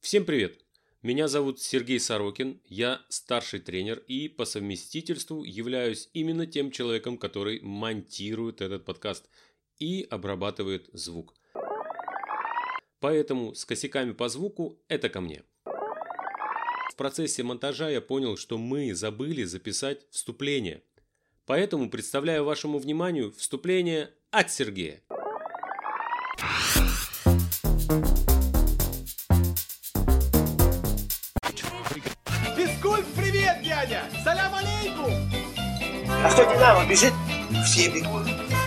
Всем привет! Меня зовут Сергей Сорокин, я старший тренер и по совместительству являюсь именно тем человеком, который монтирует этот подкаст и обрабатывает звук. Поэтому с косяками по звуку это ко мне. В процессе монтажа я понял, что мы забыли записать вступление. Поэтому представляю вашему вниманию вступление от Сергея. Физкульт, привет, дядя! Салям алейкум! А что Динамо бежит? Все бегут.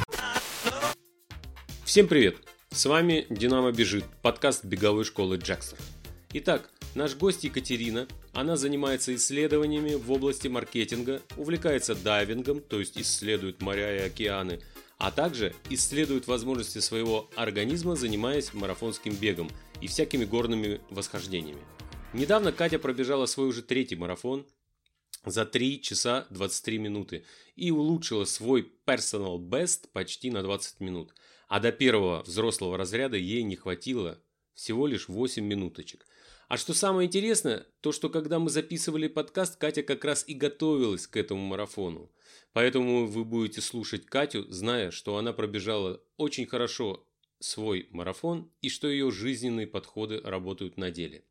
Всем привет! С вами Динамо бежит, подкаст беговой школы Джекстер. Итак, наш гость Екатерина, она занимается исследованиями в области маркетинга, увлекается дайвингом, то есть исследует моря и океаны, а также исследует возможности своего организма, занимаясь марафонским бегом и всякими горными восхождениями. Недавно Катя пробежала свой уже третий марафон за 3 часа 23 минуты и улучшила свой personal best почти на 20 минут. А до первого взрослого разряда ей не хватило всего лишь 8 минуточек. А что самое интересное, то что когда мы записывали подкаст, Катя как раз и готовилась к этому марафону. Поэтому вы будете слушать Катю, зная, что она пробежала очень хорошо свой марафон и что ее жизненные подходы работают на деле.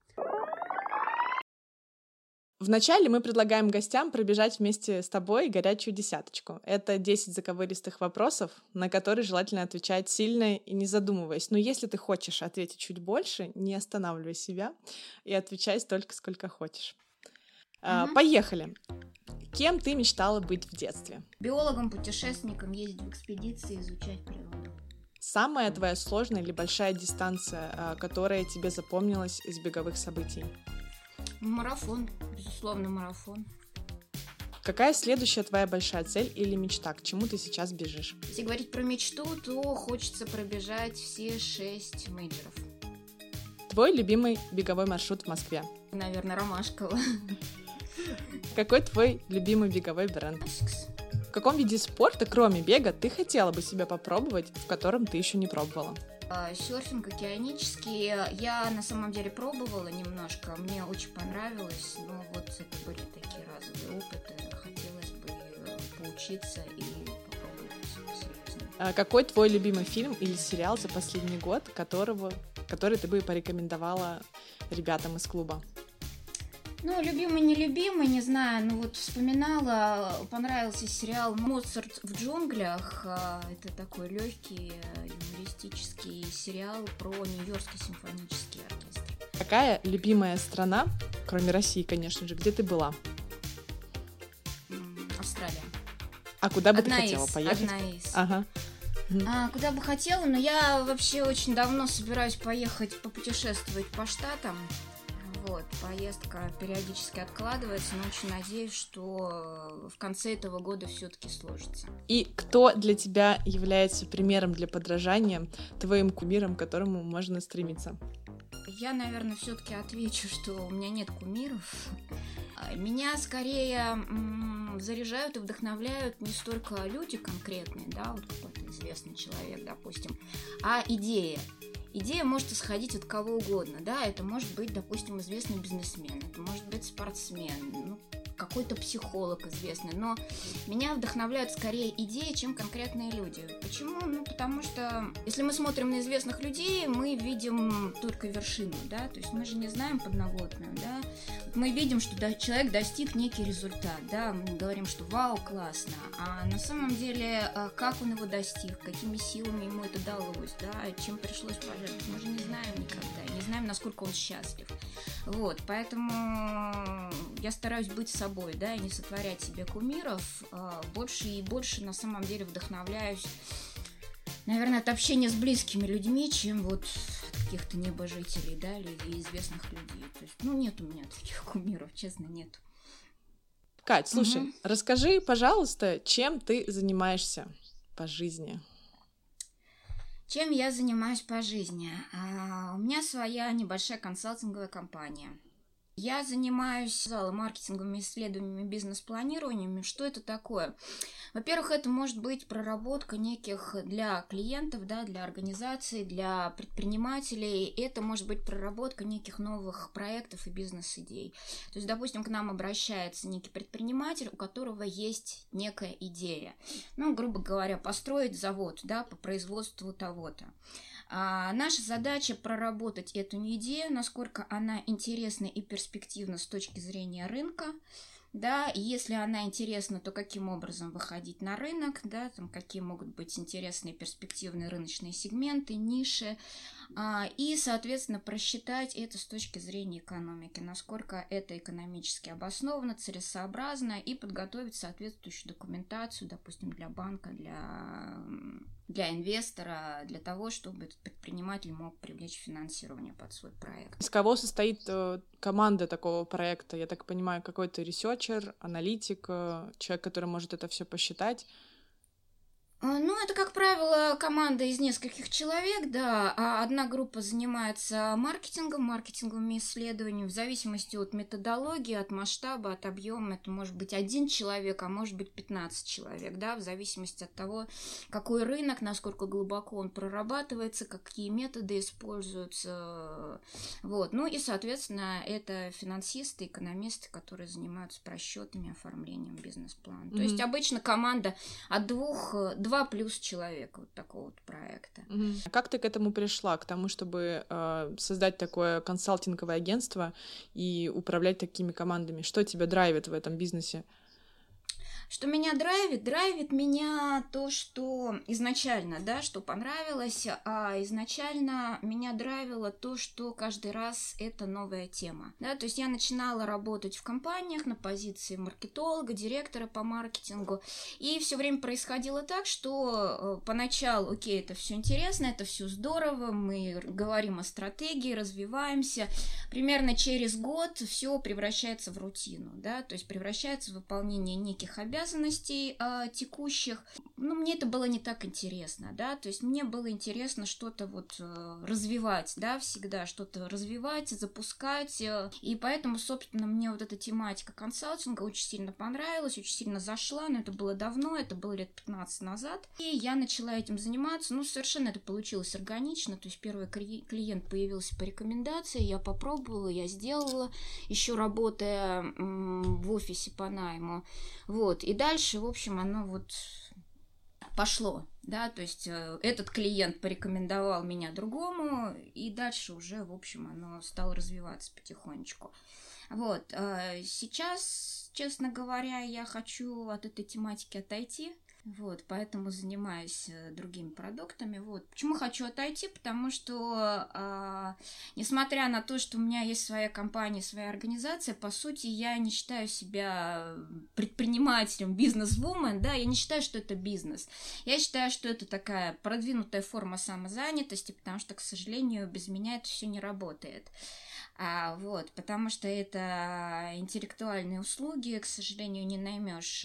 Вначале мы предлагаем гостям пробежать вместе с тобой горячую десяточку. Это 10 заковыристых вопросов, на которые желательно отвечать сильно и не задумываясь. Но если ты хочешь ответить чуть больше, не останавливай себя и отвечай столько, сколько хочешь. Поехали! Кем ты мечтала быть в детстве? Биологом, путешественником, ездить в экспедиции, изучать природу. Самая твоя сложная или большая дистанция, которая тебе запомнилась из беговых событий? Марафон, безусловно, марафон. Какая следующая твоя большая цель или мечта? К чему ты сейчас бежишь? Если говорить про мечту, то хочется пробежать все 6 мейджоров. Твой любимый беговой маршрут в Москве? Наверное, Ромашково. Какой твой любимый беговой бренд? В каком виде спорта, кроме бега, ты хотела бы себя попробовать, в котором ты еще не пробовала? Серфинг океанический. Я на самом деле пробовала немножко, мне очень понравилось, но вот это были такие разовые опыты. Хотелось бы поучиться и попробовать серьезно. Какой твой любимый фильм или сериал за последний год, который ты бы порекомендовала ребятам из клуба? Ну, любимый, нелюбимый, не знаю, ну вот вспоминала, понравился сериал «Моцарт в джунглях». Это такой легкий юмористический сериал про Нью-Йоркский симфонический оркестр. Какая любимая страна, кроме России, конечно же, где ты была? Австралия. А куда бы ты хотела поехать? Одна из. Ага. Куда бы хотела, но я вообще очень давно собираюсь поехать попутешествовать по штатам. Вот, поездка периодически откладывается, но очень надеюсь, что в конце этого года все-таки сложится. И кто для тебя является примером для подражания, твоим кумиром, к которому можно стремиться? Я, наверное, все-таки отвечу, что у меня нет кумиров. Меня скорее заряжают и вдохновляют не столько люди конкретные, да, вот какой-то известный человек, допустим, а идеи. Идея может исходить от кого угодно, да, это может быть, допустим, известный бизнесмен, это может быть спортсмен, какой-то психолог известный, но меня вдохновляют скорее идеи, чем конкретные люди. Почему? Ну, потому что, если мы смотрим на известных людей, мы видим только вершину, да, то есть мы же не знаем подноготную, да, мы видим, что человек достиг некий результат, да, мы говорим, что вау, классно, а на самом деле, как он его достиг, какими силами ему это далось, да, чем пришлось пожертвовать, мы же не знаем никогда, не знаем, насколько он счастлив. Вот, поэтому я стараюсь быть собой, да, и не сотворять себе кумиров. Больше и больше на самом деле вдохновляюсь, наверное, от общения с близкими людьми, чем вот каких-то небожителей, да, или известных людей. То есть, нет у меня таких кумиров, честно, нет. Кать, слушай, расскажи, пожалуйста, чем ты занимаешься по жизни? Чем я занимаюсь по жизни? У меня своя небольшая консалтинговая компания. Я занимаюсь маркетинговыми исследованиями, бизнес-планированиями. Что это такое? Во-первых, это может быть проработка неких для клиентов, да, для организаций, для предпринимателей. Это может быть проработка неких новых проектов и бизнес-идей. То есть, допустим, к нам обращается некий предприниматель, у которого есть некая идея. Ну, грубо говоря, построить завод, да, по производству того-то. Наша задача проработать эту идею, насколько она интересна и перспективна с точки зрения рынка, да, и если она интересна, то каким образом выходить на рынок, да, там какие могут быть интересные перспективные рыночные сегменты, ниши, и, соответственно, просчитать это с точки зрения экономики, насколько это экономически обосновано, целесообразно, и подготовить соответствующую документацию, допустим, для банка, для инвестора, для того, чтобы этот предприниматель мог привлечь финансирование под свой проект. Из кого состоит команда такого проекта? Я так понимаю, какой-то ресерчер, аналитик, человек, который может это все посчитать? Ну, это, как правило, команда из нескольких человек, да, а одна группа занимается маркетинговыми исследованиями, в зависимости от методологии, от масштаба, от объема, это может быть 1 человек, а может быть 15 человек, да, в зависимости от того, какой рынок, насколько глубоко он прорабатывается, какие методы используются, вот, ну и, соответственно, это финансисты, экономисты, которые занимаются просчетами, оформлением бизнес-плана. То есть обычно команда от 2 плюс человека вот такого вот проекта. А как ты к этому пришла, к тому, чтобы создать такое консалтинговое агентство и управлять такими командами? Что тебя драйвит в этом бизнесе? Что меня драйвит? Драйвит меня то, что изначально, да, что понравилось, а изначально меня драйвило то, что каждый раз это новая тема, да, то есть я начинала работать в компаниях на позиции маркетолога, директора по маркетингу, и все время происходило так, что поначалу, окей, это все интересно, это все здорово, мы говорим о стратегии, развиваемся, примерно через год все превращается в рутину, да, то есть превращается в выполнение неких обязанностей текущих. Ну, мне это было не так интересно, да, то есть мне было интересно что-то вот развивать, да, всегда что-то развивать, запускать, и поэтому, собственно, мне вот эта тематика консалтинга очень сильно понравилась, очень сильно зашла, но это было давно, это было лет 15 назад, и я начала этим заниматься, ну, совершенно это получилось органично, то есть первый клиент появился по рекомендации, я попробовала, я сделала, еще работая в офисе по найму, вот, и дальше, в общем, оно вот пошло, да, то есть этот клиент порекомендовал меня другому, и дальше уже, в общем, оно стало развиваться потихонечку. Вот, сейчас, честно говоря, я хочу от этой тематики отойти, вот, поэтому занимаюсь другими продуктами, вот. Почему хочу отойти? Потому что, несмотря на то, что у меня есть своя компания, своя организация, по сути, я не считаю себя предпринимателем, бизнес-вумен, да, я не считаю, что это бизнес. Я считаю, что это такая продвинутая форма самозанятости, потому что, к сожалению, без меня это все не работает. Вот, потому что это интеллектуальные услуги, к сожалению, не наймешь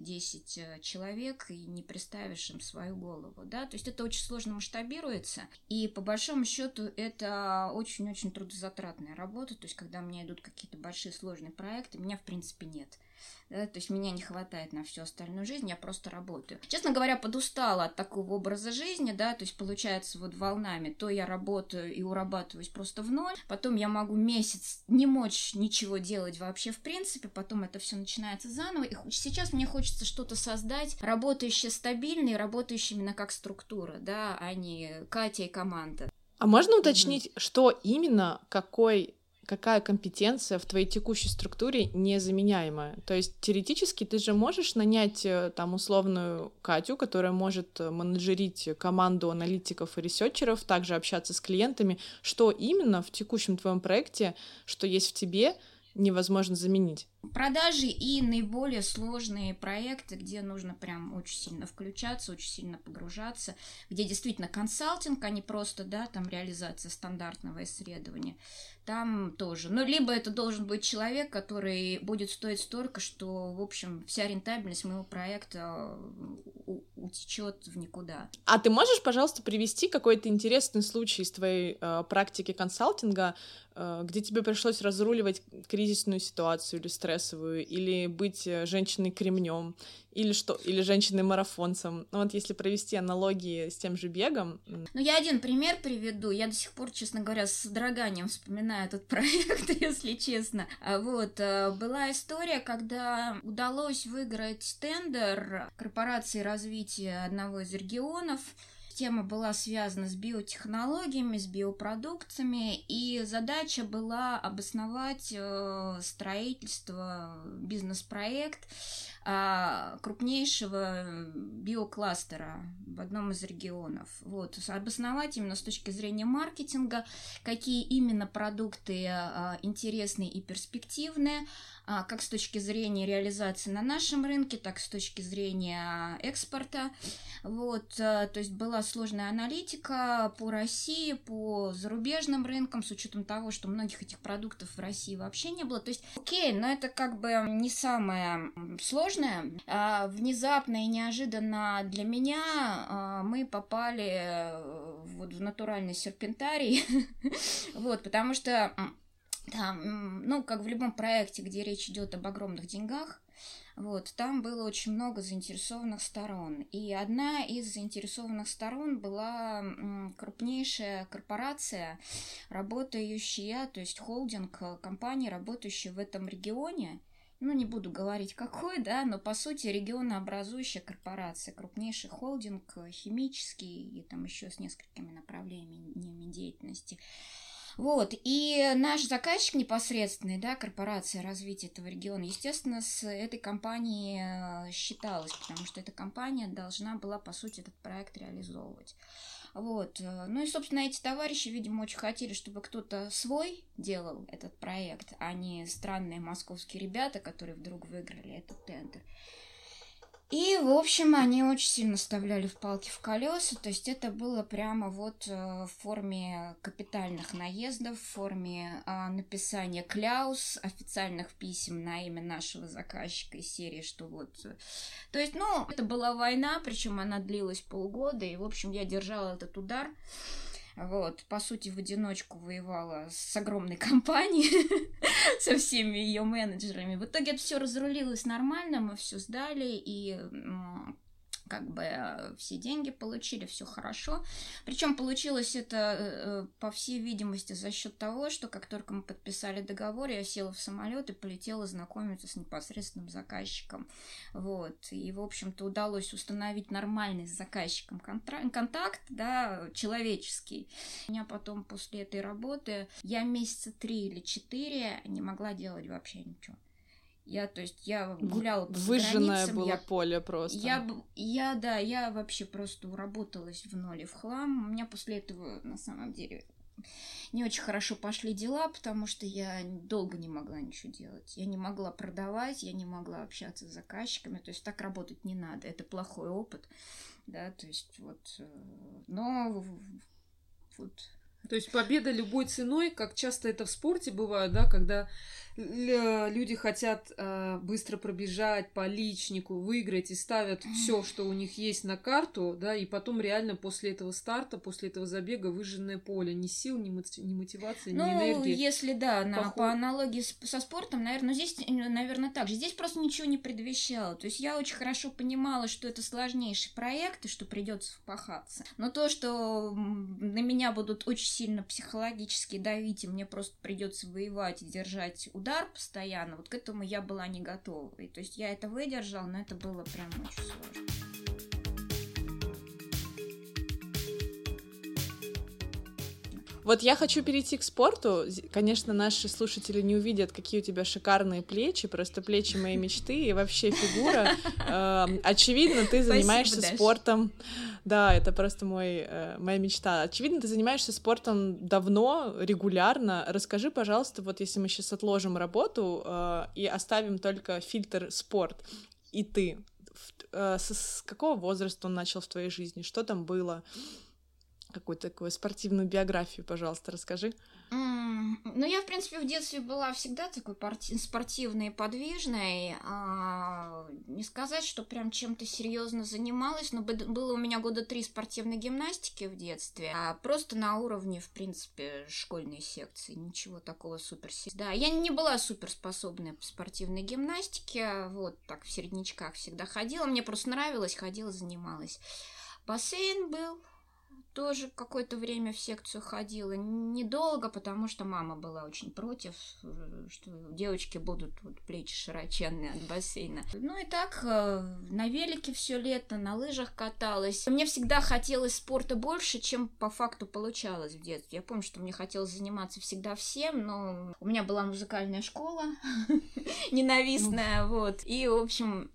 10 человек и не представишь им свою голову, да, то есть это очень сложно масштабируется, и по большому счету это очень-очень трудозатратная работа, то есть когда у меня идут какие-то большие сложные проекты, меня в принципе нет. Да, то есть меня не хватает на всю остальную жизнь, я просто работаю. Честно говоря, подустала от такого образа жизни, да, то есть получается вот волнами, то я работаю и урабатываюсь просто в ноль, потом я могу месяц не мочь ничего делать вообще в принципе, потом это все начинается заново, и сейчас мне хочется что-то создать, работающее стабильно и работающее именно как структура, да, а не Катя и команда. А можно уточнить, что именно, какая компетенция в твоей текущей структуре незаменяемая? То есть теоретически ты же можешь нанять там условную Катю, которая может менеджерить команду аналитиков и ресерчеров, также общаться с клиентами. Что именно в текущем твоем проекте, что есть в тебе, невозможно заменить? Продажи и наиболее сложные проекты, где нужно прям очень сильно включаться, очень сильно погружаться, где действительно консалтинг, а не просто, да, там реализация стандартного исследования. Там тоже. Ну, либо это должен быть человек, который будет стоить столько, что, в общем, вся рентабельность моего проекта утечет в никуда. А ты можешь, пожалуйста, привести какой-то интересный случай из твоей практики консалтинга, где тебе пришлось разруливать кризисную ситуацию или стрессовую, или быть женщиной-кремнем, или женщиной-марафонцем? Ну вот если провести аналогии с тем же бегом... Ну, я один пример приведу. Я до сих пор, честно говоря, с содроганием вспоминаю этот проект, если честно. Вот, была история, когда удалось выиграть тендер корпорации развития одного из регионов. Тема была связана с биотехнологиями, с биопродуктами, и задача была обосновать строительство, бизнес-проект крупнейшего биокластера в одном из регионов. Вот. Обосновать именно с точки зрения маркетинга, какие именно продукты интересные и перспективные, как с точки зрения реализации на нашем рынке, так и с точки зрения экспорта. Вот, то есть была сложная аналитика по России, по зарубежным рынкам, с учетом того, что многих этих продуктов в России вообще не было. То есть, окей, но это как бы не самое сложное. Внезапно и неожиданно для меня мы попали вот в натуральный серпентарий, вот, потому что там, ну, как в любом проекте, где речь идет об огромных деньгах, вот, там было очень много заинтересованных сторон. И одна из заинтересованных сторон была крупнейшая корпорация, работающая, то есть холдинг компаний, работающая в этом регионе. Ну, не буду говорить какой, да, но по сути регионообразующая корпорация, крупнейший холдинг химический и там еще с несколькими направлениями деятельности. Вот, и наш заказчик непосредственный, да, корпорация развития этого региона, естественно, с этой компанией считалась, потому что эта компания должна была, по сути, этот проект реализовывать. Вот, ну и, собственно, эти товарищи, видимо, очень хотели, чтобы кто-то свой делал этот проект, а не странные московские ребята, которые вдруг выиграли этот тендер. И, в общем, они очень сильно вставляли в палки в колеса, то есть это было прямо вот в форме капитальных наездов, в форме написания кляус, официальных писем на имя нашего заказчика из серии, что вот... То есть, ну, это была война, причем она длилась полгода, и, в общем, я держала этот удар. Вот, по сути, в одиночку воевала с огромной компанией, со всеми ее менеджерами. В итоге это все разрулилось нормально, мы все сдали, и как бы все деньги получили, все хорошо. Причем получилось это, по всей видимости, за счет того, что как только мы подписали договор, я села в самолет и полетела знакомиться с непосредственным заказчиком. Вот. И, в общем-то, удалось установить нормальный с заказчиком контакт, да, человеческий. У меня потом после этой работы я месяца 3 или 4 не могла делать вообще ничего. Я гуляла по выжженное было поле просто. Я вообще просто уработалась в ноль и в хлам. У меня после этого, на самом деле, не очень хорошо пошли дела, потому что я долго не могла ничего делать. Я не могла продавать, я не могла общаться с заказчиками. То есть так работать не надо. Это плохой опыт. Да, то есть вот... Но вот... То есть победа любой ценой, как часто это в спорте бывает, да, когда люди хотят быстро пробежать по личнику, выиграть и ставят все, что у них есть на карту, да, и потом реально после этого старта, после этого забега выжженное поле, ни сил, ни мотивации, ни энергии. Ну, если, да, по аналогии со спортом, наверное, здесь, наверное, так же. Здесь просто ничего не предвещало. То есть я очень хорошо понимала, что это сложнейший проект и что придется впахаться. Но то, что на меня будут очень сильно психологически давить, и мне просто придется воевать и держать удар постоянно, вот к этому я была не готова. И, то есть я это выдержала, но это было прям очень сложно. Вот я хочу перейти к спорту. Конечно, наши слушатели не увидят, какие у тебя шикарные плечи, просто плечи моей мечты и вообще фигура. Очевидно, ты занимаешься спортом. Да, это просто моя мечта. Очевидно, ты занимаешься спортом давно, регулярно. Расскажи, пожалуйста, вот если мы сейчас отложим работу и оставим только фильтр спорт, и ты, с какого возраста он начал в твоей жизни? Что там было? Какую-то такую спортивную биографию, пожалуйста, расскажи. Ну, я, в принципе, в детстве была всегда такой спортивной и подвижной. Не сказать, что прям чем-то серьезно занималась, но было у меня 3 года спортивной гимнастики в детстве. Просто на уровне, в принципе, школьной секции. Ничего такого суперсильного. Да, я не была суперспособной по спортивной гимнастике. Вот так в середнячках всегда ходила. Мне просто нравилось, ходила, занималась. Бассейн был. Тоже какое-то время в секцию ходила. Недолго, потому что мама была очень против, что девочки будут плечи широченные от бассейна. Ну и так, на велике все лето, на лыжах каталась. Мне всегда хотелось спорта больше, чем по факту получалось в детстве. Я помню, что мне хотелось заниматься всегда всем, но у меня была музыкальная школа ненавистная, вот. И, в общем...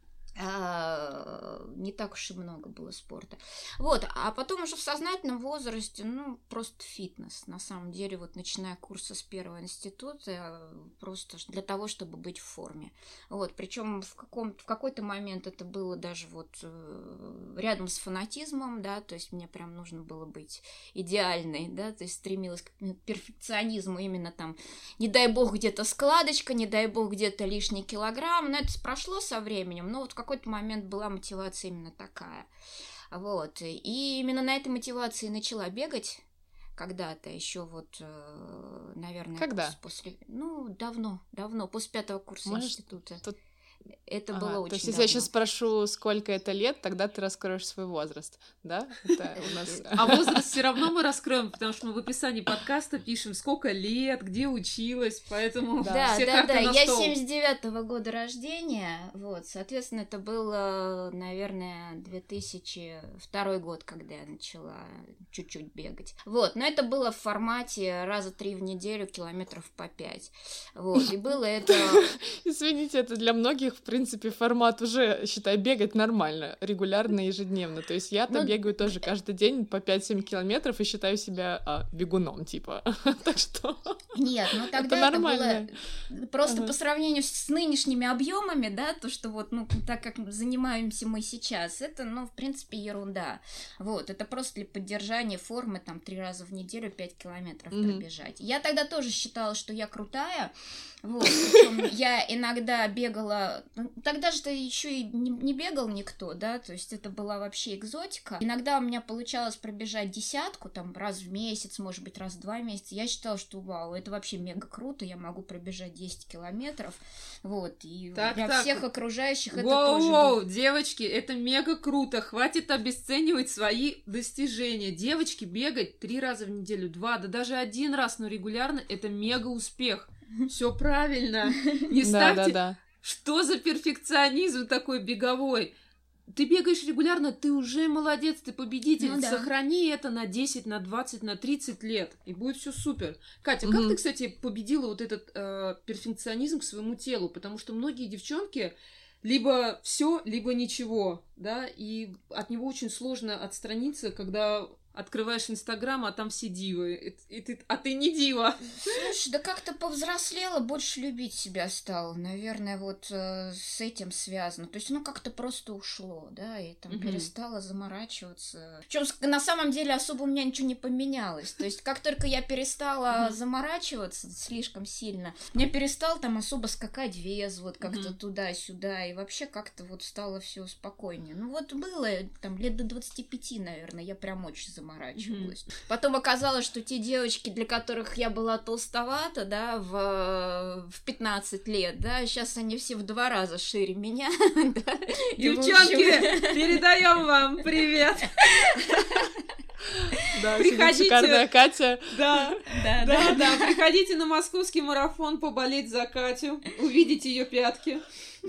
не так уж и много было спорта. Вот, а потом уже в сознательном возрасте, просто фитнес. На самом деле, вот начиная курсы с 1-го института, просто для того, чтобы быть в форме. Вот, причем в какой-то момент это было даже вот рядом с фанатизмом, да, то есть мне прям нужно было быть идеальной, да, то есть стремилась к перфекционизму именно там, не дай бог где-то складочка, не дай бог где-то лишний килограмм, но это прошло со временем, но вот в какой-то момент была мотивация именно такая. Вот. И именно на этой мотивации начала бегать когда-то, еще вот, наверное... Когда? После... давно, после 5-го курса института. Это было очень То есть, давно. если я сейчас спрошу, сколько это лет, тогда ты раскроешь свой возраст, да? Это у нас... А возраст все равно мы раскроем, потому что мы в описании подкаста пишем, сколько лет, где училась, поэтому все карты на стол. Я 79-го года рождения, вот, соответственно, это было, наверное, 2002 год, когда я начала чуть-чуть бегать. Вот, но это было в формате раза 3 в неделю, километров по 5. Вот, и было это... Извините, это для многих, в принципе, формат уже, считай, бегать нормально, регулярно, ежедневно. То есть я-то бегаю тоже каждый день по 5-7 километров и считаю себя бегуном, типа. Так что... Нет, тогда это было просто по сравнению с нынешними объемами, да, то, что вот, так как занимаемся мы сейчас, это, в принципе, ерунда. Вот, это просто для поддержания формы, там, 3 раза в неделю 5 километров пробежать. Я тогда тоже считала, что я крутая, вот, причем я иногда бегала, тогда же еще и не бегал никто, да, то есть это была вообще экзотика. Иногда у меня получалось пробежать 10, там, раз в месяц, может быть, раз в 2 месяца. Я считала, что вау, это вообще мега круто, я могу пробежать 10 километров, вот, и для всех окружающих это тоже... Воу, девочки, это мега круто, хватит обесценивать свои достижения. Девочки, бегать 3 раза в неделю, 2, да даже 1 раз, но регулярно, это мега успех. Все правильно. Не ставьте... Да. Что за перфекционизм такой беговой? Ты бегаешь регулярно, ты уже молодец, ты победитель. Сохрани это на 10, на 20, на 30 лет, и будет все супер. Катя, как ты, кстати, победила вот этот перфекционизм к своему телу? Потому что многие девчонки либо все, либо ничего, да, и от него очень сложно отстраниться, когда открываешь Инстаграм, а там все дивы, а ты не дива. Слушай, да как-то повзрослела, больше любить себя стала, наверное, вот с этим связано. То есть, как-то просто ушло, да, и там перестала заморачиваться. Причем на самом деле особо у меня ничего не поменялось. То есть, как только я перестала заморачиваться слишком сильно, мне перестал там особо скакать вес, вот как-то туда-сюда, и вообще как-то вот стало все спокойнее. Вот было там лет до 25, наверное, я прям очень заморачивалась. Потом оказалось, что те девочки, для которых я была толстовата, да, в 15 лет, да, сейчас они все в 2 раза шире меня. Девчонки, передаем вам привет. Да, шикарная Катя. Да, приходите на московский марафон поболеть за Катю, увидите ее пятки.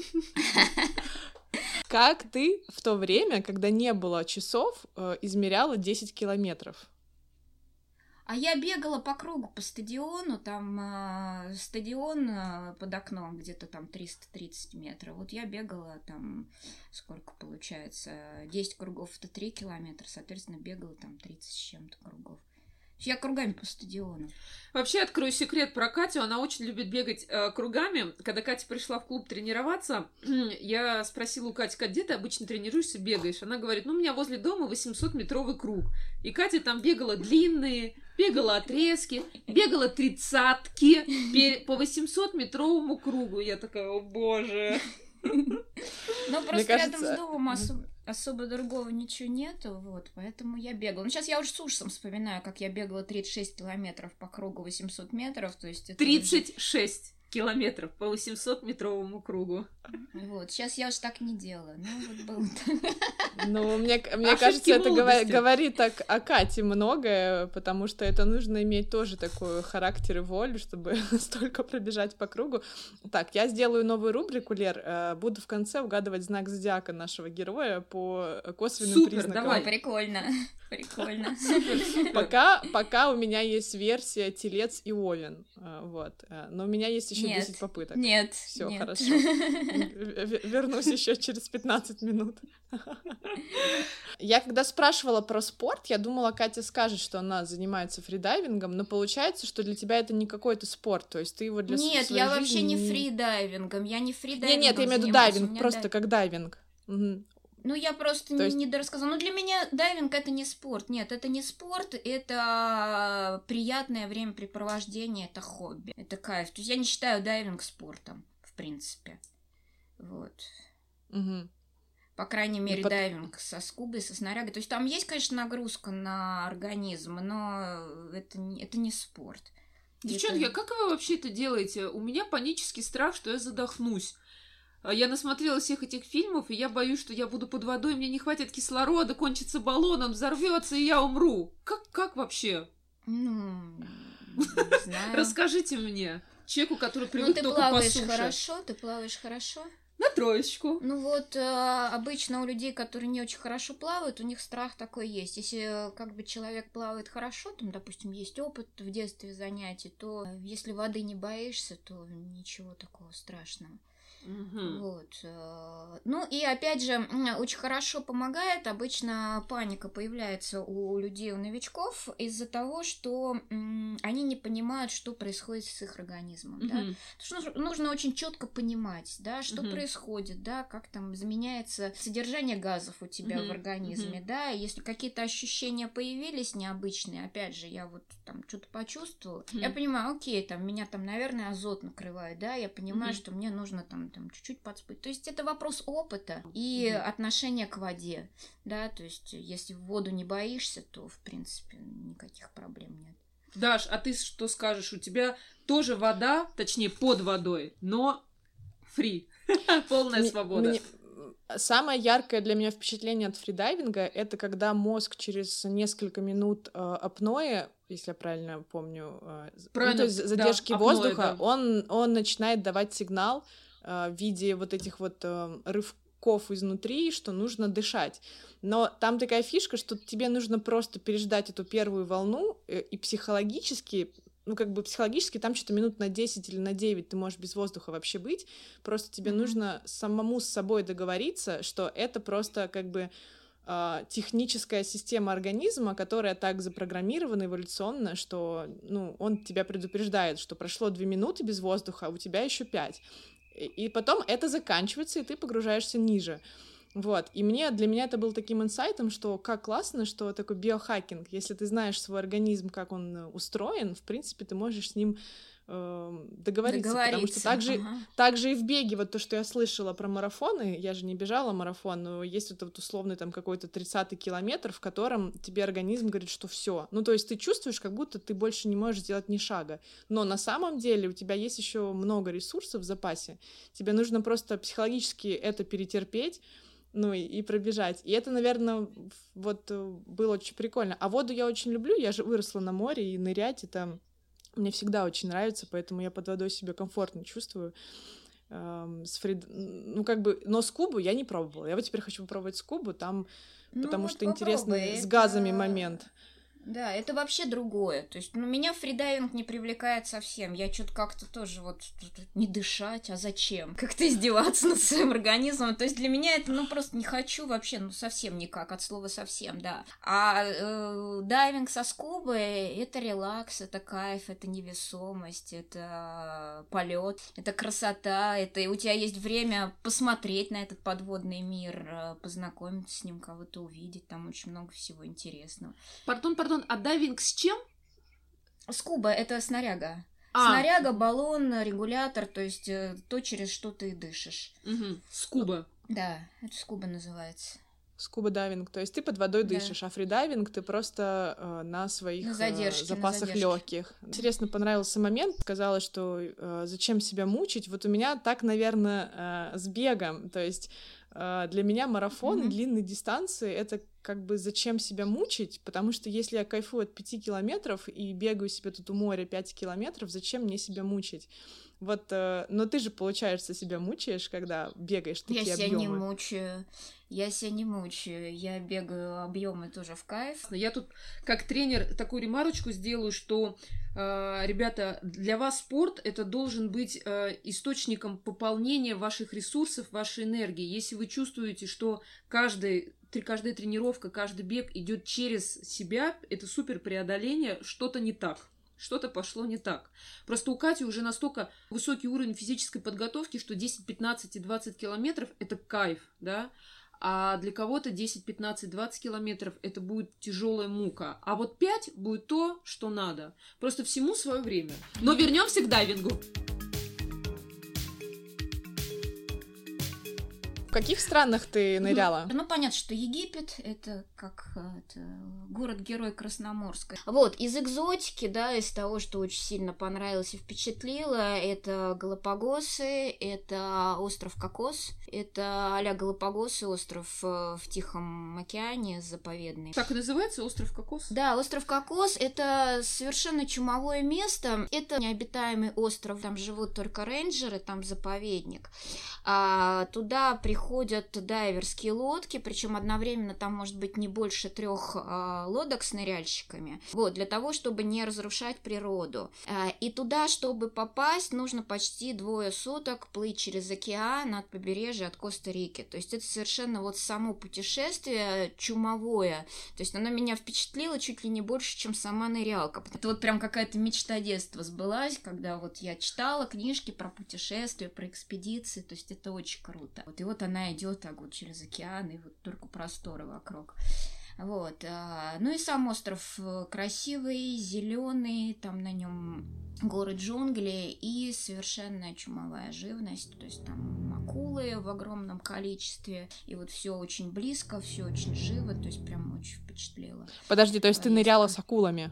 Как ты в то время, когда не было часов, измеряла 10 километров? А я бегала по кругу по стадиону, там стадион под окном где-то там 330 метров. Вот я бегала там, сколько получается, 10 кругов это 3 километра, соответственно, бегала там 30 с чем-то кругов. Я кругами по стадиону. Вообще, открою секрет про Катю. Она очень любит бегать кругами. Когда Катя пришла в клуб тренироваться, я спросила у Кати: Кать, где ты обычно тренируешься, бегаешь? Она говорит: ну, у меня возле дома 800-метровый круг. И Катя там бегала длинные, бегала отрезки, бегала тридцатки по 800-метровому кругу. Я такая: о боже. Ну, просто рядом с домом особо другого ничего нету, вот, поэтому я бегала. Ну, сейчас я уже с ужасом вспоминаю, как я бегала 36 километров по кругу 800 метров, то есть это 36 километров по 800-метровому кругу. Вот, сейчас я уж так не делаю, ну, вот было так. Ну, мне кажется, это говорит о Кате многое, потому что это нужно иметь тоже такой характер и волю, чтобы столько пробежать по кругу. Так, я сделаю новую рубрику, Лер, буду в конце угадывать знак зодиака нашего героя по косвенным признакам. Давай. Прикольно. Прикольно. Пока у меня есть версия Телец и Овен, вот. Но у меня есть еще 10 попыток. Нет. Все, хорошо. Вернусь еще через 15 минут. Я когда спрашивала про спорт, я думала, Катя скажет, что она занимается фридайвингом, но получается, что для тебя это не какой-то спорт, то есть ты его для своей жизни... Нет, я вообще не фридайвингом, я не фридайвингом Нет, я имею в виду дайвинг, просто как дайвинг. Ну, я просто не дорассказала. Ну, для меня дайвинг — это не спорт. Нет, это не спорт, это приятное времяпрепровождение, это хобби, это кайф. То есть я не считаю дайвинг спортом, в принципе. Вот. Угу. По крайней мере, дайвинг со скубой, со снарягой. То есть там есть, конечно, нагрузка на организм, но это не спорт. Девчонки, а как вы вообще это делаете? У меня панический страх, что я задохнусь. Я насмотрела всех этих фильмов, и я боюсь, что я буду под водой, мне не хватит кислорода, кончится баллон, он взорвется, и я умру. Как вообще? Ну, не знаю. Расскажите мне, человеку, который привык только по суше. Ты плаваешь хорошо? На 3. Ну вот, обычно у людей, которые не очень хорошо плавают, у них страх такой есть. Если как бы человек плавает хорошо, там, допустим, есть опыт в детстве занятий, то если воды не боишься, то ничего такого страшного. Угу. Вот. Ну и опять же, очень хорошо помогает. Обычно паника появляется у людей, у новичков, из-за того, что они не понимают, что происходит с их организмом. Да? Потому что нужно очень четко понимать, да, что происходит, да, как там изменяется содержание газов у тебя в организме, да, и если какие-то ощущения появились необычные, опять же, я вот там что-то почувствовала, я понимаю, окей, там меня там, наверное, азот накрывает, да, я понимаю, что мне нужно там чуть-чуть подспыть. То есть это вопрос опыта и отношения к воде, да, то есть если в воду не боишься, то, в принципе, никаких проблем нет. Даш, а ты что скажешь? У тебя тоже вода, точнее, под водой, но фри, полная свобода. Самое яркое для меня впечатление от фридайвинга — это когда мозг через несколько минут апноэ, если я правильно помню, то есть задержки воздуха, да. он начинает давать сигнал в виде вот этих вот рывков изнутри, что нужно дышать. Но там такая фишка, что тебе нужно просто переждать эту первую волну, и психологически там что-то минут на 10 или на 9 ты можешь без воздуха вообще быть, просто тебе нужно самому с собой договориться, что это просто как бы техническая система организма, которая так запрограммирована эволюционно, что он тебя предупреждает, что прошло 2 минуты без воздуха, а у тебя еще 5. И потом это заканчивается, и ты погружаешься ниже. Вот. И для меня это было таким инсайтом, что как классно, что такой биохакинг. Если ты знаешь свой организм, как он устроен, в принципе, ты можешь с ним договориться. Потому что также и в беге, вот то, что я слышала про марафоны, я же не бежала марафон, но есть вот условный там какой-то 30-й километр, в котором тебе организм говорит, что все. Ну, то есть ты чувствуешь, как будто ты больше не можешь сделать ни шага. Но на самом деле у тебя есть еще много ресурсов в запасе. Тебе нужно просто психологически это перетерпеть, и пробежать. И это, наверное, вот было очень прикольно. А воду я очень люблю, я же выросла на море, и нырять это мне всегда очень нравится, поэтому я под водой себя комфортно чувствую. Но скубу я не пробовала. Я вот теперь хочу попробовать скубу, там, потому что интересный с газами момент. Да, это вообще другое. То есть, меня фридайвинг не привлекает совсем. Я что-то как-то тоже не дышать, а зачем? Как-то издеваться над своим организмом. То есть для меня это, просто не хочу вообще, совсем никак, от слова совсем, да. А дайвинг со скубой — это релакс, это кайф, это невесомость, это полет, это красота, это у тебя есть время посмотреть на этот подводный мир, познакомиться с ним, кого-то увидеть, там очень много всего интересного. Пардон, а дайвинг с чем? Скуба — это снаряга. Снаряга, баллон, регулятор, то есть то, через что ты дышишь. Угу. Скуба. Да, это скуба называется. Скуба-дайвинг, то есть ты под водой дышишь, а фридайвинг ты просто на своих запасах легких. Интересно понравился момент, сказала, что зачем себя мучить. Вот у меня так, наверное, с бегом, то есть для меня марафон и длинные дистанции — это как бы зачем себя мучить, потому что если я кайфую от 5 километров и бегаю себе тут у моря 5 километров, зачем мне себя мучить? Вот, но ты же, получается, себя мучаешь, когда бегаешь такие объемы. Я себя не мучаю, я бегаю объемы тоже в кайф. Я тут как тренер такую ремарочку сделаю, что, ребята, для вас спорт это должен быть источником пополнения ваших ресурсов, вашей энергии. Если вы чувствуете, что каждая тренировка, каждый бег идет через себя, это супер преодоление, что-то не так. Что-то пошло не так. Просто у Кати уже настолько высокий уровень физической подготовки, что 10, 15 и 20 километров – это кайф, да? А для кого-то 10, 15, 20 километров – это будет тяжелая мука. А вот 5 будет то, что надо. Просто всему свое время. Но вернемся к дайвингу. В каких странах ты ныряла? Понятно, что Египет — это город-герой Красноморска. Вот, из экзотики, да, из того, что очень сильно понравилось и впечатлило, это Галапагосы, это остров Кокос, это а-ля Галапагосы, остров в Тихом океане, заповедный. Так и называется остров Кокос? Да, остров Кокос — это совершенно чумовое место, это необитаемый остров, там живут только рейнджеры, там заповедник. Туда приходят дайверские лодки, причем одновременно там может быть не больше 3 лодок с ныряльщиками, вот, для того, чтобы не разрушать природу. И туда, чтобы попасть, нужно почти 2 суток плыть через океан от побережья, от Коста-Рики. То есть это совершенно само путешествие чумовое. То есть оно меня впечатлило чуть ли не больше, чем сама нырялка. Это прям какая-то мечта детства сбылась, когда я читала книжки про путешествия, про экспедиции, то есть это очень круто. И она идет так через океан, и только просторы вокруг. Вот. Ну и сам остров красивый, зеленый, там на нем горы джунгли и совершенно чумовая живность, то есть там акулы в огромном количестве, и все очень близко, все очень живо, то есть прям очень впечатлило. Подожди, то есть ты ныряла с акулами?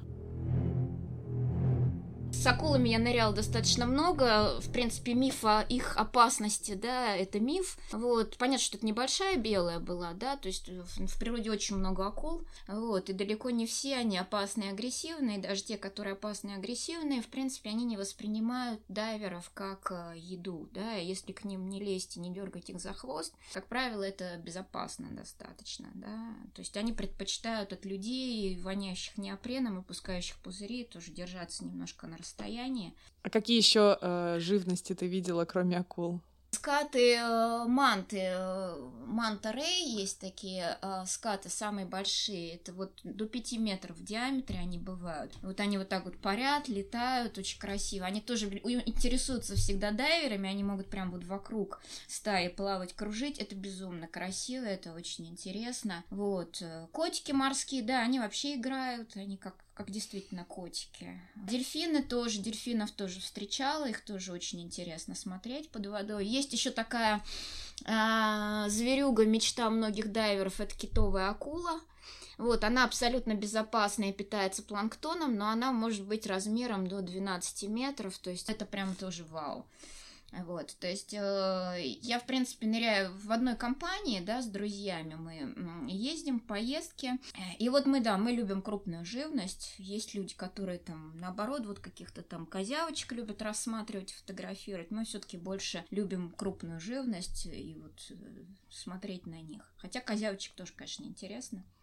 С акулами я ныряла достаточно много. В принципе, миф о их опасности, да, это миф. Вот. Понятно, что это небольшая белая была, да, то есть в природе очень много акул, и далеко не все они опасные и агрессивные. Даже те, которые опасные и агрессивные, в принципе, они не воспринимают дайверов как еду, да, если к ним не лезть и не дергать их за хвост, как правило, это безопасно достаточно, да. То есть они предпочитают от людей, воняющих неопреном и пускающих пузыри, тоже держаться немножко на расстоянии. А какие еще живности ты видела, кроме акул? Скаты, манты, манта-рей есть такие скаты, самые большие, это до 5 метров в диаметре они бывают. Они так парят, летают, очень красиво. Они тоже интересуются всегда дайверами, они могут прям вокруг стаи плавать, кружить, это безумно красиво, это очень интересно. Котики морские, да, они вообще играют, они как действительно котики. Дельфинов тоже встречала, их тоже очень интересно смотреть под водой. Есть еще такая зверюга, мечта многих дайверов, это китовая акула. Она абсолютно безопасная и питается планктоном, но она может быть размером до 12 метров, то есть это прям тоже вау. То есть я, в принципе, ныряю в одной компании, да, с друзьями, мы ездим в поездки, и мы любим крупную живность, есть люди, которые наоборот, каких-то козявочек любят рассматривать, фотографировать, мы все-таки больше любим крупную живность и смотреть на них, хотя козявочек тоже, конечно, интересно.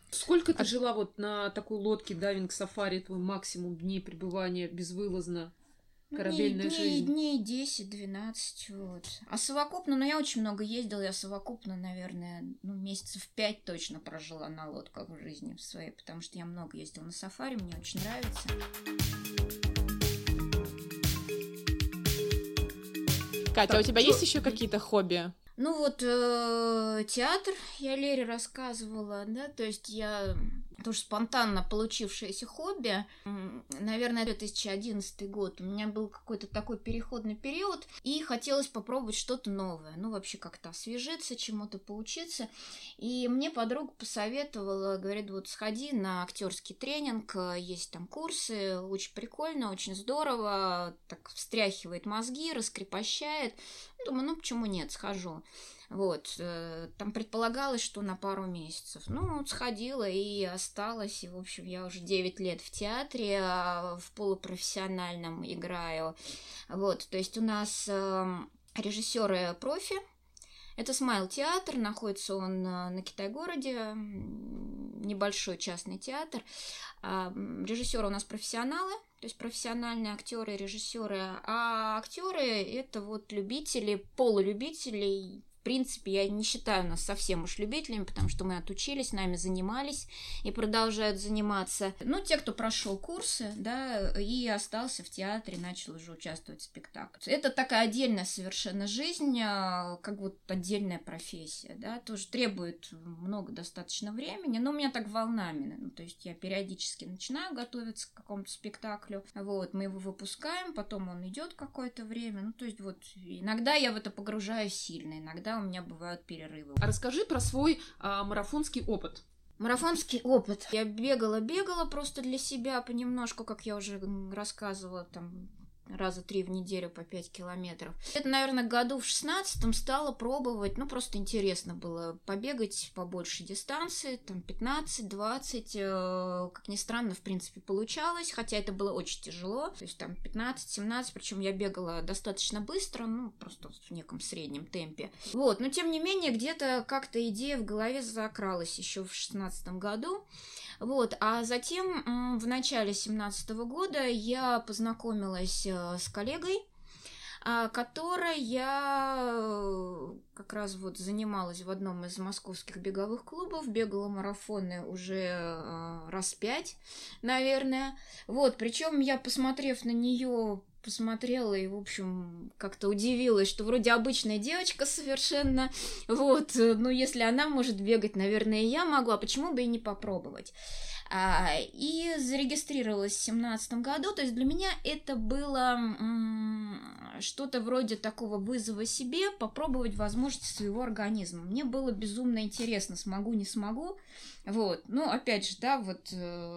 Сколько ты жила вот на такой лодке дайвинг-сафари, твой максимум дней пребывания безвылазно? Корабельная жизнь. Дней 10-12, вот. А совокупно, я очень много ездила, я совокупно, наверное, месяцев 5 точно прожила на лодках в жизни в своей, потому что я много ездила на сафари, мне очень нравится. Катя, а у тебя есть еще какие-то хобби? Театр, я Лере рассказывала, да, то есть я тоже спонтанно получившееся хобби, наверное, 2011 год, у меня был какой-то такой переходный период, и хотелось попробовать что-то новое, вообще как-то освежиться, чему-то поучиться, и мне подруга посоветовала, говорит, вот сходи на актерский тренинг, есть там курсы, очень прикольно, очень здорово, так встряхивает мозги, раскрепощает, думаю, почему нет, схожу. Вот, там предполагалось, что на пару месяцев. Сходила и осталась. И, в общем, я уже 9 лет в театре, в полупрофессиональном играю. Вот, то есть у нас режиссеры профи. Это Смайл-театр, находится он на Китай-городе, небольшой частный театр. Режиссеры у нас профессионалы, то есть профессиональные актеры, режиссеры, а актеры это вот любители, полулюбители. В принципе, я не считаю нас совсем уж любителями, потому что мы отучились, нами занимались и продолжают заниматься. Те, кто прошел курсы, да, и остался в театре, начал уже участвовать в спектакле. Это такая отдельная совершенно жизнь, как вот отдельная профессия, да, тоже требует много достаточно времени, но у меня так волнами, то есть я периодически начинаю готовиться к какому-то спектаклю, вот, мы его выпускаем, потом он идет какое-то время, то есть вот иногда я в это погружаюсь сильно, иногда у меня бывают перерывы. А расскажи про свой марафонский опыт. Марафонский опыт. Я бегала просто для себя понемножку, как я уже рассказывала, там раза 3 в неделю по 5 километров. Это, наверное, году в 16-м стала пробовать, просто интересно было побегать по большей дистанции, там 15-20, как ни странно, в принципе, получалось, хотя это было очень тяжело, то есть там 15-17, причем я бегала достаточно быстро, просто в неком среднем темпе. Вот, но тем не менее, где-то как-то идея в голове закралась еще в 16-м году. Вот, а затем в начале 17-го года я познакомилась с коллегой, которой я как раз вот занималась в одном из московских беговых клубов, бегала марафоны уже раз 5, наверное. Вот, причем я, посмотрев на нее, посмотрела и, в общем, как-то удивилась, что вроде обычная девочка совершенно, вот, если она может бегать, наверное, и я могу, а почему бы и не попробовать? И зарегистрировалась в 2017 году, то есть для меня это было что-то вроде такого вызова себе, попробовать возможности своего организма. Мне было безумно интересно, смогу, не смогу, вот, опять же, да, вот,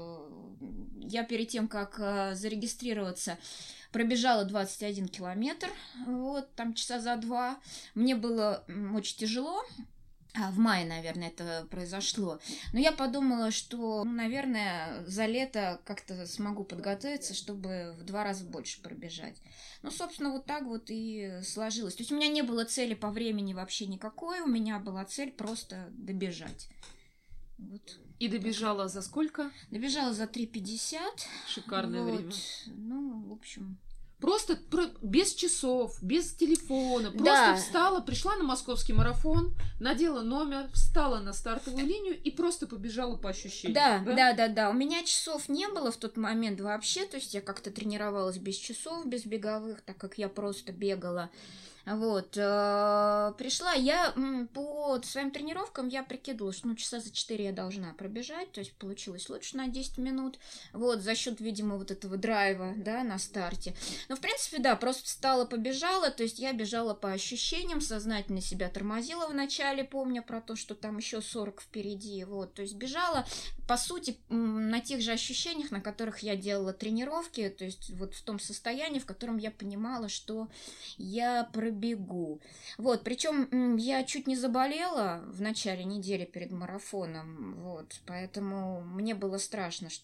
я перед тем, как зарегистрироваться, пробежала 21 километр, вот, там часа за 2. Мне было очень тяжело. В мае, наверное, это произошло. Но я подумала, что, наверное, за лето как-то смогу подготовиться, чтобы в 2 раза больше пробежать. Собственно, вот так вот и сложилось. То есть у меня не было цели по времени вообще никакой, у меня была цель просто добежать. Вот. И добежала за сколько? Добежала за 3:50. Шикарное время. В общем... Просто без часов, без телефона. Просто Да. встала, пришла на московский марафон, надела номер, встала на стартовую линию и просто побежала по ощущениям. Да. У меня часов не было в тот момент вообще. То есть я как-то тренировалась без часов, без беговых, так как я просто бегала. Вот, пришла я по своим тренировкам, я прикидывала, что часа за 4 я должна пробежать, то есть получилось лучше на 10 минут, вот, за счет, видимо, вот этого драйва, да, на старте. Но, в принципе, да, просто встала, побежала, то есть я бежала по ощущениям, сознательно себя тормозила вначале, помня про то, что там еще 40 впереди, вот, то есть бежала, по сути, на тех же ощущениях, на которых я делала тренировки, то есть вот в том состоянии, в котором я понимала, что я пробегу. Вот, причем я чуть не заболела в начале недели перед марафоном, вот, поэтому мне было страшно, что я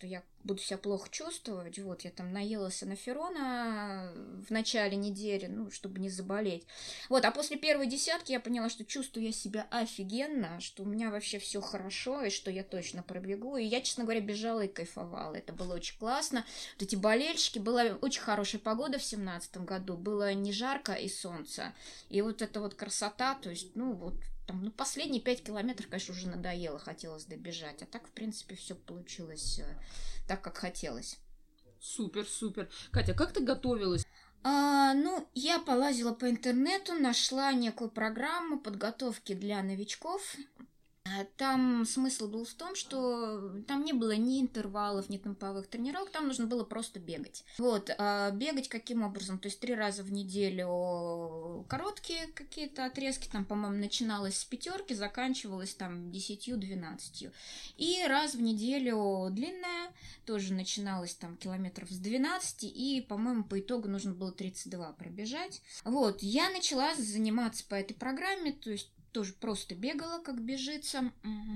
буду себя плохо чувствовать. Вот, я там наелась анаферона в начале недели, ну, чтобы не заболеть. Вот, а после первой десятки я поняла, что чувствую я себя офигенно, что у меня вообще все хорошо, и что я точно пробегу. И я, честно говоря, бежала и кайфовала. Это было очень классно. Вот эти болельщики, была очень хорошая погода в 2017 году, было не жарко и солнце. И вот эта вот красота, то есть, ну, вот, там, ну, последние 5 километров, конечно, уже надоело, хотелось добежать. А так, в принципе, все получилось так, как хотелось. Супер, супер. Катя, как ты готовилась? Ну, я полазила по интернету, нашла некую программу подготовки для новичков. Там смысл был в том, что там не было ни интервалов, ни темповых тренировок, там нужно было просто бегать. Вот, бегать каким образом? То есть 3 раза в неделю короткие какие-то отрезки, там, по-моему, начиналось с 5, заканчивалось там 10-12. И раз в неделю длинная, тоже начиналось там километров с 12, и, по-моему, по итогу нужно было 32 пробежать. Вот, я начала заниматься по этой программе, то есть тоже просто бегала, как бежится.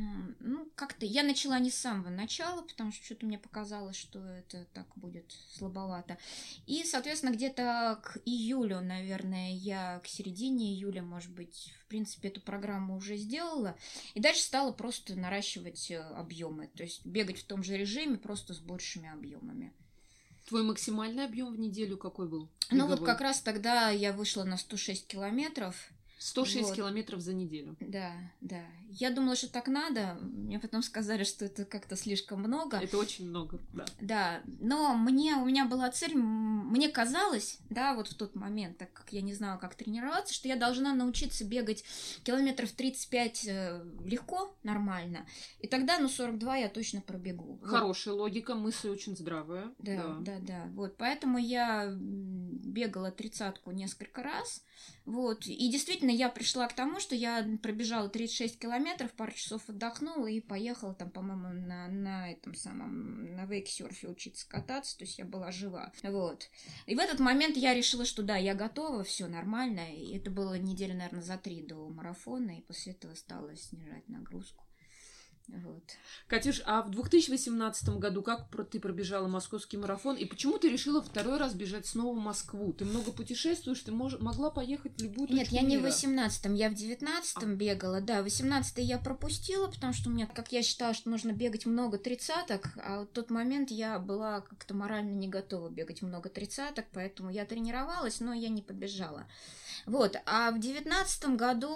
Ну, как-то я начала не с самого начала, потому что что-то мне показалось, что это так будет слабовато. И, соответственно, где-то к июлю, наверное, я к середине июля, может быть, в принципе, эту программу уже сделала. И дальше стала просто наращивать объемы. То есть бегать в том же режиме, просто с большими объемами. Твой максимальный объем в неделю какой был? Ну, вот как раз тогда я вышла на 106 километров. 106 вот. Километров за неделю. Да, да. Я думала, что так надо. Мне потом сказали, что это как-то слишком много. Это очень много, да. Да, но у меня была цель, мне казалось, да, вот в тот момент, так как я не знала, как тренироваться, что я должна научиться бегать километров 35 легко, нормально, и тогда, 42 я точно пробегу. Хорошая логика, мысль очень здравая. Да. Вот, поэтому я бегала 30-ку несколько раз, вот, и действительно я пришла к тому, что я пробежала 36 километров, пару часов отдохнула и поехала там, по-моему, на этом самом, на вейксерфе учиться кататься, то есть я была жива, вот. И в этот момент я решила, что да, я готова, все нормально, и это было недели, наверное, за 3 до марафона, и после этого стала снижать нагрузку. Вот. Катюш, а в 2018 году как ты пробежала московский марафон, и почему ты решила второй раз бежать снова в Москву? Ты много путешествуешь, ты могла поехать в любую точку Нет, я не в мира. 18-м, я в 19-м бегала, да, 18-й я пропустила, потому что у меня, как я считала, что нужно бегать много 30-ок, а в тот момент я была как-то морально не готова бегать много 30-ок, поэтому я тренировалась, но я не побежала. Вот, а в 19-м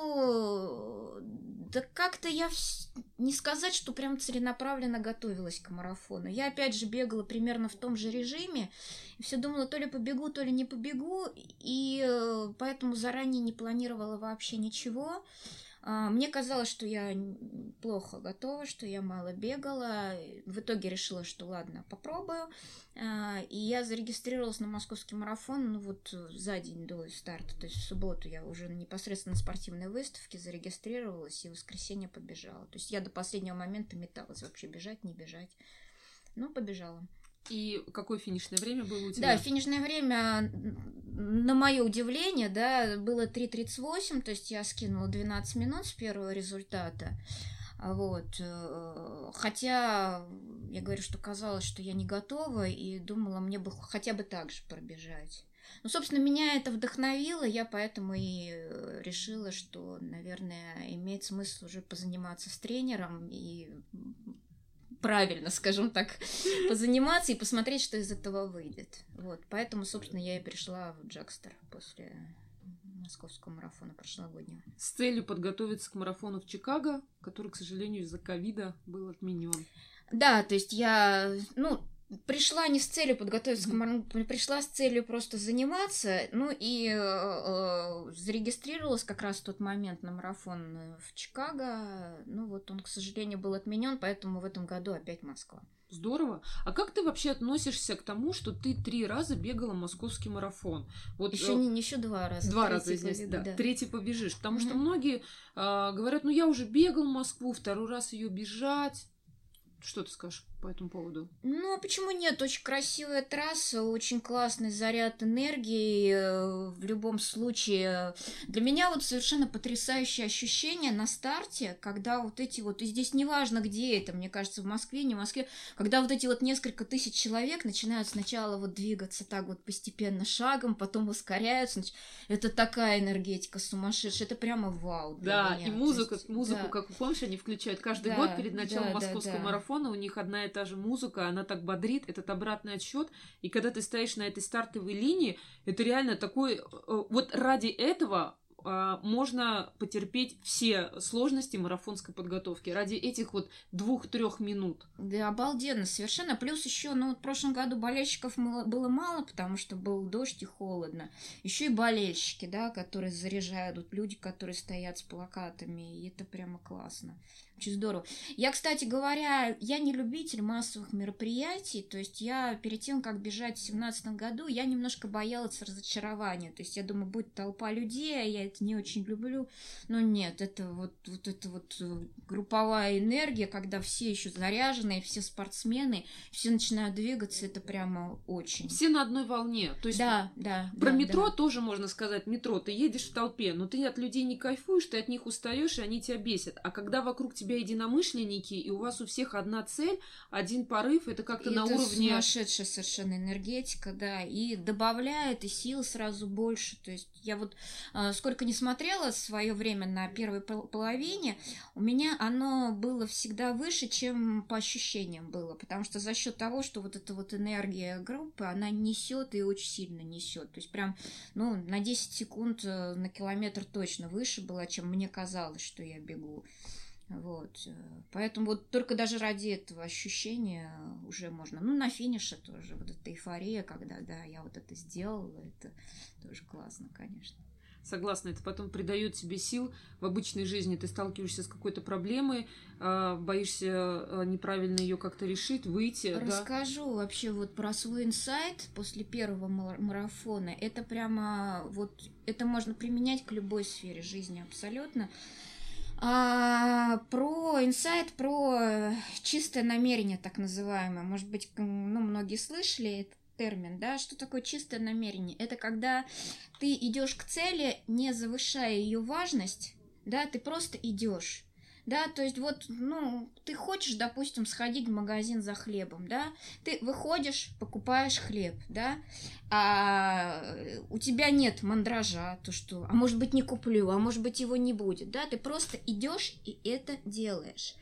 году, да как-то я не сказать, что прям целенаправленно готовилась к марафону. Я опять же бегала примерно в том же режиме, и все думала, то ли побегу, то ли не побегу, и поэтому заранее не планировала вообще ничего. Мне казалось, что я плохо готова, что я мало бегала. В итоге решила, что ладно, попробую. И я зарегистрировалась на московский марафон, ну вот за день до старта. То есть в субботу я уже непосредственно на спортивной выставке зарегистрировалась и в воскресенье побежала. То есть я до последнего момента металась вообще бежать, не бежать. Ну, побежала. И какое финишное время было у тебя? Да, финишное время, на мое удивление, да, было 3:38, то есть я скинула 12 минут с первого результата. Вот. Хотя я говорю, что казалось, что я не готова, и думала, мне бы хотя бы так же пробежать. Ну, собственно, меня это вдохновило, я поэтому и решила, что, наверное, имеет смысл уже позаниматься с тренером и правильно, скажем так, позаниматься и посмотреть, что из этого выйдет. Вот. Поэтому, собственно, я и пришла в Джекстер после московского марафона прошлогоднего. С целью подготовиться к марафону в Чикаго, который, к сожалению, из-за ковида был отменен. Да, то есть я, пришла не с целью подготовиться к марафону, пришла с целью просто заниматься, и зарегистрировалась как раз в тот момент на марафон в Чикаго. Вот он, к сожалению, был отменен, поэтому в этом году опять Москва. Здорово. А как ты вообще относишься к тому, что ты 3 раза бегала московский марафон? Вот Еще 2 раза. 2 раза, извините, да. 3-й побежишь. Потому что многие говорят, я уже бегал в Москву, 2-й раз ее бежать. Что ты скажешь по этому поводу? Ну, а почему нет? Очень красивая трасса, очень классный заряд энергии. В любом случае, для меня вот совершенно потрясающее ощущение на старте, когда вот эти вот, и здесь неважно, где это, мне кажется, в Москве, не в Москве, когда вот эти вот несколько тысяч человек начинают сначала вот двигаться так вот постепенно шагом, потом ускоряются. Это такая энергетика сумасшедшая, это прямо вау для Да, меня. и музыку, да. как помнишь, они включают каждый Да, год перед началом да, московского да. марафона, у них одна и та же музыка, она так бодрит, этот обратный отсчет, и когда ты стоишь на этой стартовой линии, это реально такой, вот ради этого можно потерпеть все сложности марафонской подготовки, ради этих вот 2-3 минут. Да, обалденно, совершенно. Плюс еще, ну, вот в прошлом году болельщиков было мало, потому что был дождь и холодно. Еще и болельщики, да, которые заряжают, вот люди, которые стоят с плакатами, и это прямо классно. Очень здорово. Я, кстати говоря, я не любитель массовых мероприятий, то есть я перед тем, как бежать в 2017 году, я немножко боялась разочарования, то есть я думаю, будет толпа людей, а я это не очень люблю, но нет, это вот групповая энергия, когда все еще заряженные, все спортсмены, все начинают двигаться, это прямо очень. Все на одной волне, то есть да. Про метро тоже можно сказать. Метро, ты едешь в толпе, но ты от людей не кайфуешь, ты от них устаешь, и они тебя бесят. А когда вокруг тебя единомышленники, и у вас у всех одна цель, один порыв, это как-то на уровне... Это сумасшедшая совершенно энергетика, да, и добавляет, и сил сразу больше. То есть я вот сколько не смотрела в свое время на первой половине, у меня оно было всегда выше, чем по ощущениям было, потому что за счет того, что вот эта вот энергия группы, она несет и очень сильно несет. То есть прям, ну, на 10 секунд на километр точно выше была, чем мне казалось, что я бегу. Вот. Поэтому вот только даже ради этого ощущения уже можно. Ну, на финише тоже вот эта эйфория, когда, да, я вот это сделала, это тоже классно, конечно. Согласна, это потом придает тебе сил в обычной жизни. Ты сталкиваешься с какой-то проблемой, боишься неправильно ее как-то решить, выйти. Расскажу вообще вот про свой инсайт после первого марафона. Это прямо вот, это можно применять к любой сфере жизни абсолютно. Про инсайт, про чистое намерение, так называемое. Может быть, ну, многие слышали этот термин, да? Что такое чистое намерение? Это когда ты идешь к цели, не завышая ее важность, да, ты просто идешь. Да, то есть вот, ну, ты хочешь, допустим, сходить в магазин за хлебом, да, ты выходишь, покупаешь хлеб, да, а у тебя нет мандража, то что, а может быть не куплю, а может быть его не будет, да, ты просто идешь и это делаешь.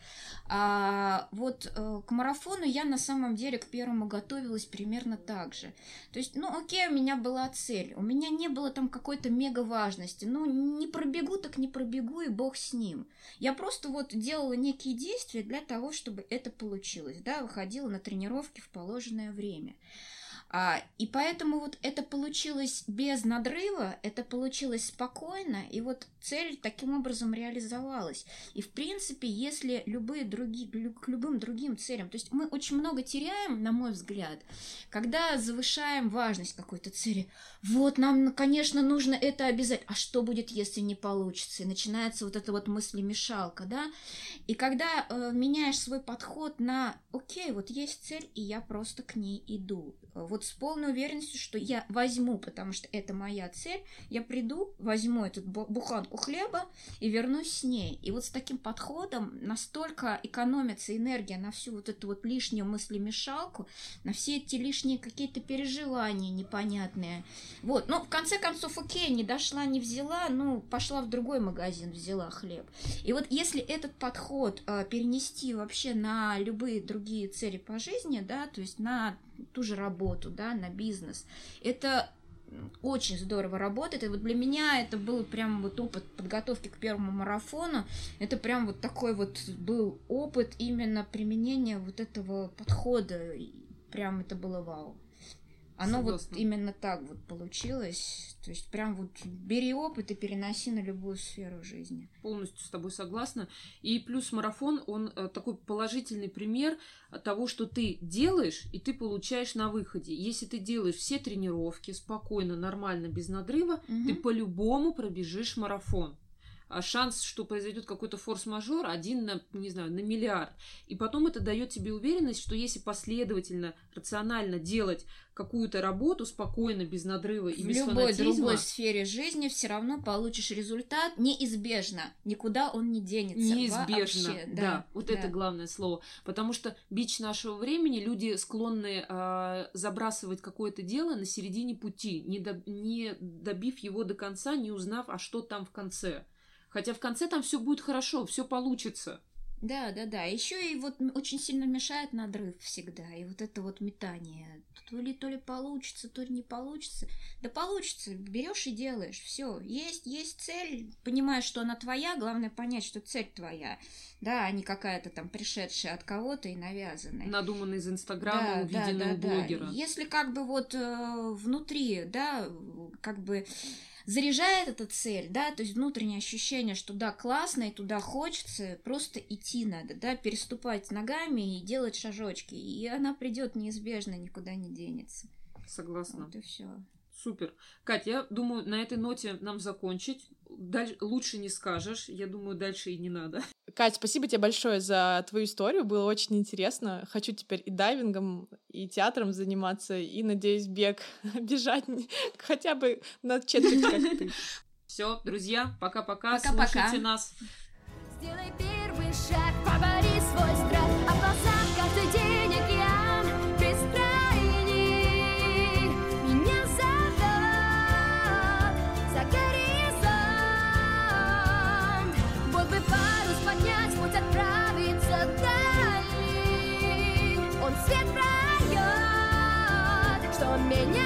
Вот к марафону я на самом деле к первому готовилась примерно так же. То есть, ну окей, у меня была цель, у меня не было там какой-то мега важности, ну не пробегу, так не пробегу, и бог с ним. Я просто вот делала некие действия для того, чтобы это получилось, да, выходила на тренировки в положенное время. И поэтому вот это получилось без надрыва, это получилось спокойно, и вот цель таким образом реализовалась. И в принципе, если к любым другим целям, то есть мы очень много теряем, на мой взгляд, когда завышаем важность какой-то цели. Вот нам, конечно, нужно это обязательно. А что будет, если не получится? И начинается вот эта вот мыслемешалка, да? И когда меняешь свой подход на окей, вот есть цель, и я просто к ней иду. Вот с полной уверенностью, что я возьму, потому что это моя цель, я приду, возьму эту буханку хлеба и вернусь с ней. И вот с таким подходом настолько экономится энергия на всю вот эту вот лишнюю мыслемешалку, на все эти лишние какие-то переживания непонятные. Вот, ну, в конце концов, окей, не дошла, не взяла, ну, пошла в другой магазин, взяла хлеб. И вот если этот подход перенести вообще на любые другие цели по жизни, да, то есть на ту же работу, да, на бизнес, это очень здорово работает. И вот для меня это был прям вот опыт подготовки к первому марафону. Это прям вот такой вот был опыт именно применения вот этого подхода. И прям это было вау. Оно Согласна. Вот именно так вот получилось. То есть прям вот бери опыт и переноси на любую сферу жизни. Полностью с тобой согласна. И плюс марафон, он такой положительный пример того, что ты делаешь, и ты получаешь на выходе. Если ты делаешь все тренировки спокойно, нормально, без надрыва, ты по-любому пробежишь марафон. шанс, что произойдет какой-то форс-мажор, 1 на, не знаю, на миллиард. И потом это дает тебе уверенность, что если последовательно, рационально делать какую-то работу спокойно, без надрыва и без фанатизма... В любой другой сфере жизни все равно получишь результат неизбежно. Никуда он не денется. Неизбежно, вообще. да. Вот это главное слово. Потому что бич нашего времени, люди склонны забрасывать какое-то дело на середине пути, не добив его до конца, не узнав, а что там в конце. Хотя в конце там все будет хорошо, все получится. Да. Еще и вот очень сильно мешает надрыв всегда. И вот это вот метание. То ли получится, то ли не получится. Да получится. Берешь и делаешь. Все. Есть цель. Понимаешь, что она твоя. Главное понять, что цель твоя. Да, а не какая-то там пришедшая от кого-то и навязанная. Надуманная из Инстаграма, увиденная у блогера. Если как бы вот внутри, да, как бы... заряжает эта цель, да, то есть внутреннее ощущение, что да, классно, и туда хочется, просто идти надо, да, переступать ногами и делать шажочки, и она придет неизбежно, никуда не денется. Согласна. Вот и все. Супер. Кать, я думаю, на этой ноте нам закончить. Лучше не скажешь. Я думаю, дальше и не надо. Кать, спасибо тебе большое за твою историю. Было очень интересно. Хочу теперь и дайвингом, и театром заниматься, и, надеюсь, бежать хотя бы на четверть, как ты. Все, друзья, пока-пока. Пока-пока. Слушайте нас. Сделай первый шаг, побори свой страх, а в глазах каждый день океан бескрайний. Меня зовет за горизонт. Вот бы парус поднять, путь отправиться дальний. Он свет прольет, что меня